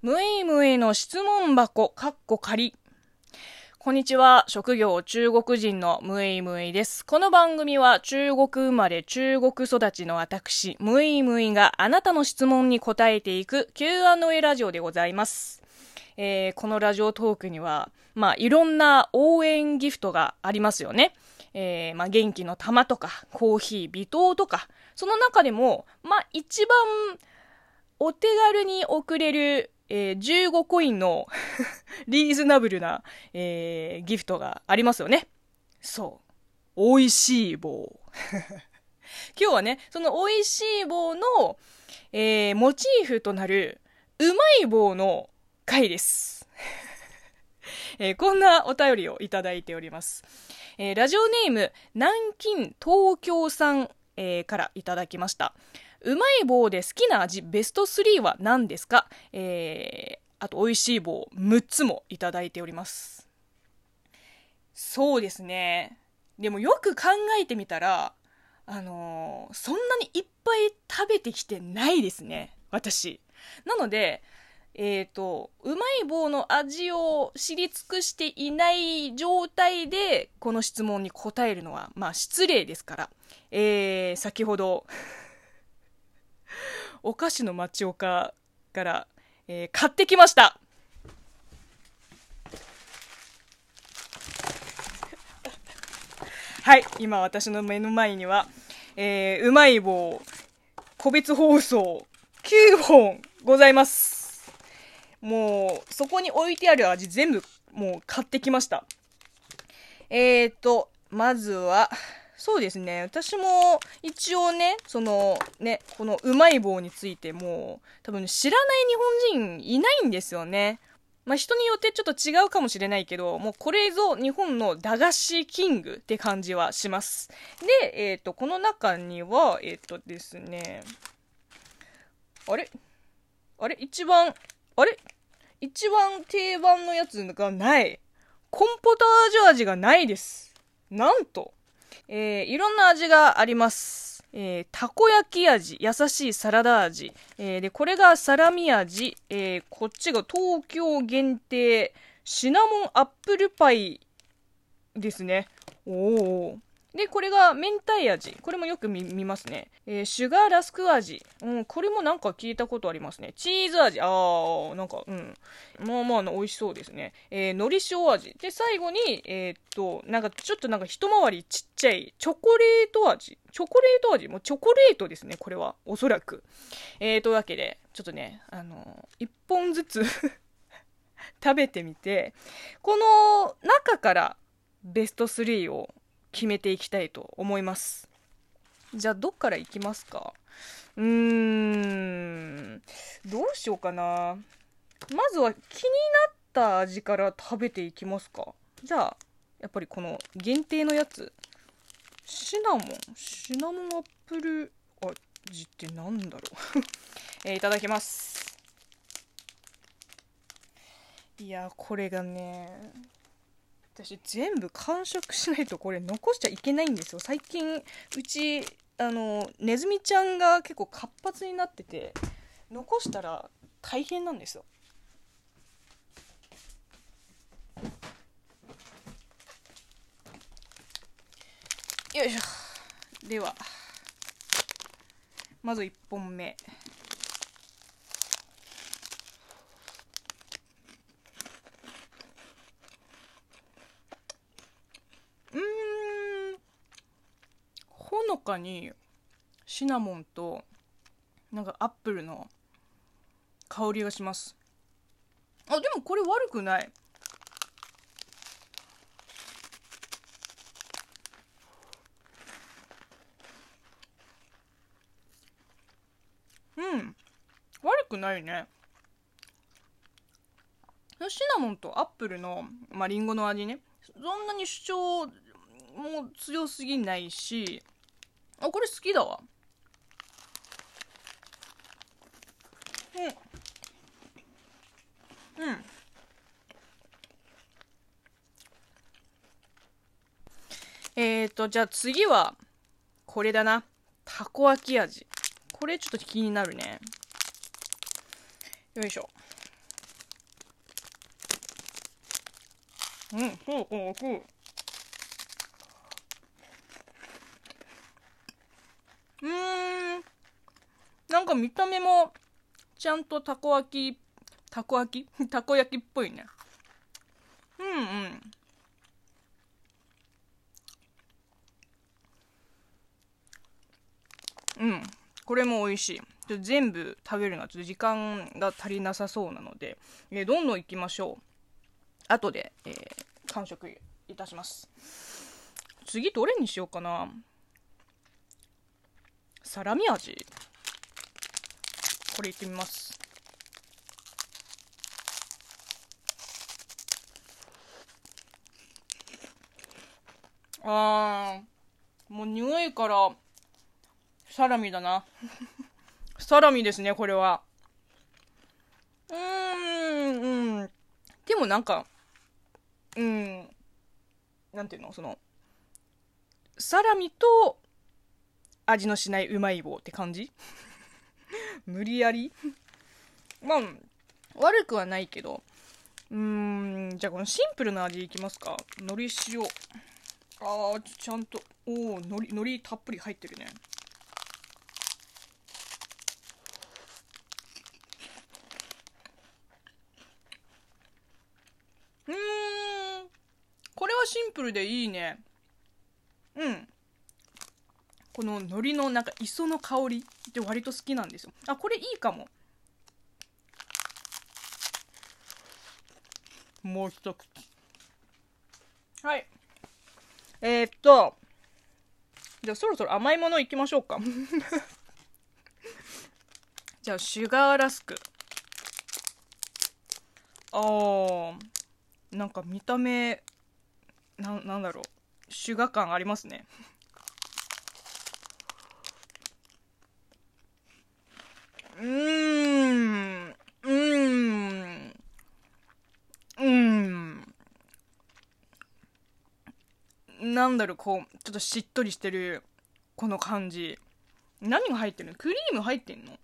むいむいの質問箱、かっこ仮。こんにちは。職業中国人のむいむいです。この番組は中国生まれ中国育ちの私、むいむいがあなたの質問に答えていく Q&A ラジオでございます。このラジオトークには、いろんな応援ギフトがありますよね。元気の玉とか、コーヒー、微糖とか、その中でも、一番お手軽に送れる、15コインのリーズナブルな、ギフトがありますよね。そう。美味しい棒。今日はね、その美味しい棒の、モチーフとなるうまい棒の回です。こんなお便りをいただいております。ラジオネーム、南京東京さん、からいただきました。うまい棒で好きな味ベスト3は何ですか？あと美味しい棒6つもいただいております。そうですね。でもよく考えてみたら、そんなにいっぱい食べてきてないですね、私。なので、うまい棒の味を知り尽くしていない状態で、この質問に答えるのは、失礼ですから。先ほど、お菓子の町岡から、買ってきました。はい、今私の目の前には、うまい棒、個別包装9本ございます。もう、そこに置いてある味全部、もう買ってきました。まずは、そうですね。私も一応ね、このうまい棒についても多分知らない日本人いないんですよね。人によってちょっと違うかもしれないけど、もうこれぞ日本の駄菓子キングって感じはします。で、この中には、ですね、あれあれ一番、あれ一番定番のやつがない。コンポタージュ味がないです。なんと。いろんな味があります。たこ焼き味、優しいサラダ味。で、これがサラミ味。こっちが東京限定、シナモンアップルパイですね。おお。で、これが明太味。これもよく見ますね。シュガーラスク味。これもなんか聞いたことありますね。チーズ味。美味しそうですね。海苔塩味。で、最後に、ちょっと一回りちっちゃいチョコレート味。チョコレート味もうチョコレートですね、これは。おそらく。というわけで、ちょっとね、一本ずつ食べてみて、この中からベスト3を決めていきたいと思います。じゃあどっからいきますか？どうしようかな。まずは気になった味から食べていきますか。じゃあやっぱりこの限定のやつ、シナモンアップル味ってなんだろう、いただきます。いやこれがね、私全部完食しないとこれ残しちゃいけないんですよ。最近うちネズミちゃんが結構活発になってて、残したら大変なんですよ。よいしょ。ではまず1本目。ほのかにシナモンとなんかアップルの香りがします。でもこれ悪くない。悪くないね。シナモンとアップルのリンゴの味ね、そんなに主張も強すぎないし、これ好きだわ。じゃあ次はこれだな。たこ焼き味。これちょっと気になるね。よいしょ。 そうこう。なんか見た目もちゃんとたこ焼きっぽいね。これも美味しい。全部食べるのはちょっと時間が足りなさそうなので、どんどん行きましょう。後で、完食いたします。次どれにしようかな。サラミ味、これいってみます。もう匂いからサラミだな。サラミですね、これは。でもなんか、なんていうの、サラミと味のしないうまい棒って感じ。無理やりまあ、悪くはないけど。じゃあこのシンプルな味いきますか。海苔塩。ちゃんと、海苔たっぷり入ってるね。これはシンプルでいいね。この海苔のなんか磯の香りって割と好きなんですよ。これいいかも。もう一口。はい。じゃあそろそろ甘いものいきましょうか。じゃあシュガーラスク。なんか見た目なんだろう、シュガー感ありますね。なんだろう、こうちょっとしっとりしてるこの感じ。何が入ってるの？クリーム入ってんの？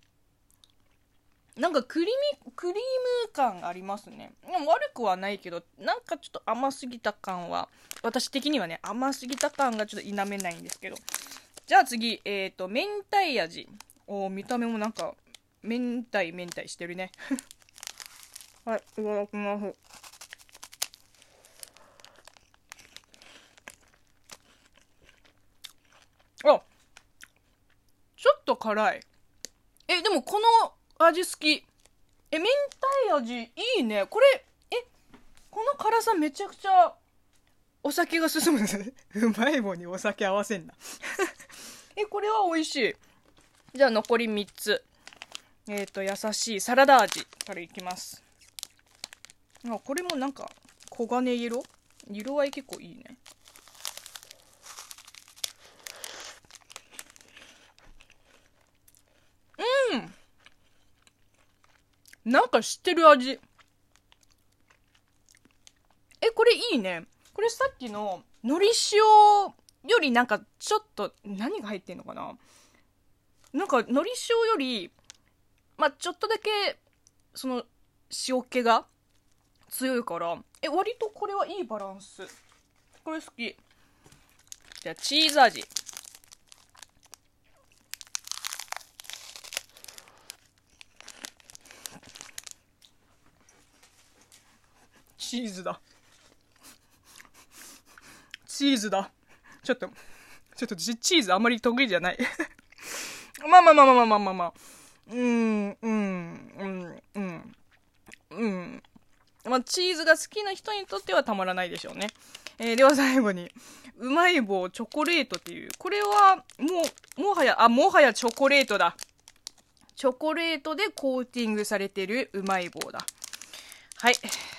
なんかクリーム感ありますね。でも悪くはないけど、なんかちょっと甘すぎた感は、私的にはね、甘すぎた感がちょっと否めないんですけど。じゃあ次、明太味。見た目もなんか、明太してるね。はい、いただきます。ちょっと辛い。でもこの味好き。明太味いいね。これ、この辛さめちゃくちゃお酒が進むんですね。うまい棒にお酒合わせんな。これは美味しい。じゃあ残り3つ。優しいサラダ味からいきます。これもなんか黄金色合い結構いいね。なんか知ってる味。これいいね。これさっきの海苔塩よりなんかちょっと何が入ってんのかな。なんか海苔塩よりちょっとだけその塩気が強いから、割とこれはいいバランス。これ好き。じゃあチーズ味。チーズだ。チーズだ。ちょっとチーズあんまり得意じゃない。まあ。チーズが好きな人にとってはたまらないでしょうね。では最後に、うまい棒チョコレートっていう、これはもはやチョコレートだ。チョコレートでコーティングされてるうまい棒だ。はい。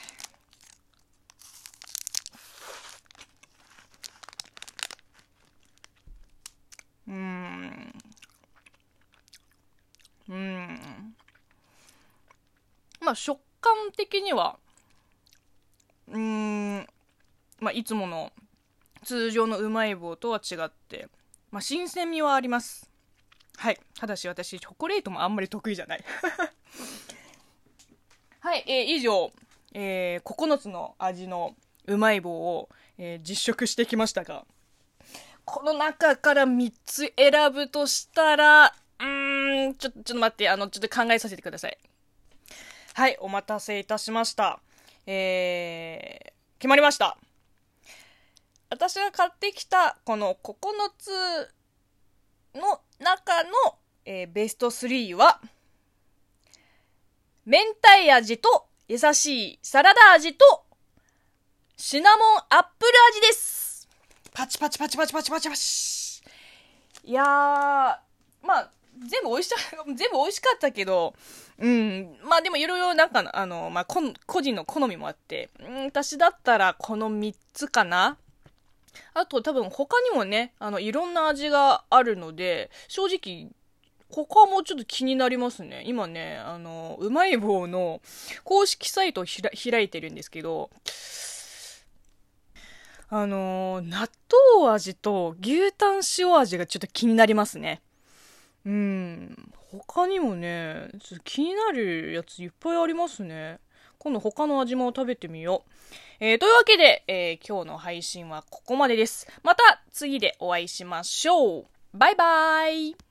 食感的には、いつもの通常のうまい棒とは違って、新鮮味はあります。はい。ただし私、チョコレートもあんまり得意じゃない。はい、以上、9つの味のうまい棒を、実食してきましたが、この中から3つ選ぶとしたら、ちょっと待って、ちょっと考えさせてください。はい、お待たせいたしました。決まりました。私が買ってきたこの9つの中の、ベスト3は、明太味と優しいサラダ味とシナモンアップル味です。パチパチパチパチパチパチパチ。いやー、まあ、全部美味しかったけど、まあでもいろいろなんか、まあ個人の好みもあって、私だったらこの3つかな。あと多分他にもね、いろんな味があるので、正直、他もちょっと気になりますね。今ね、うまい棒の公式サイトを開いてるんですけど、納豆味と牛タン塩味がちょっと気になりますね。他にもね、ちょっと気になるやついっぱいありますね。今度他の味も食べてみよう。というわけで、今日の配信はここまでです。また次でお会いしましょう。バイバイ。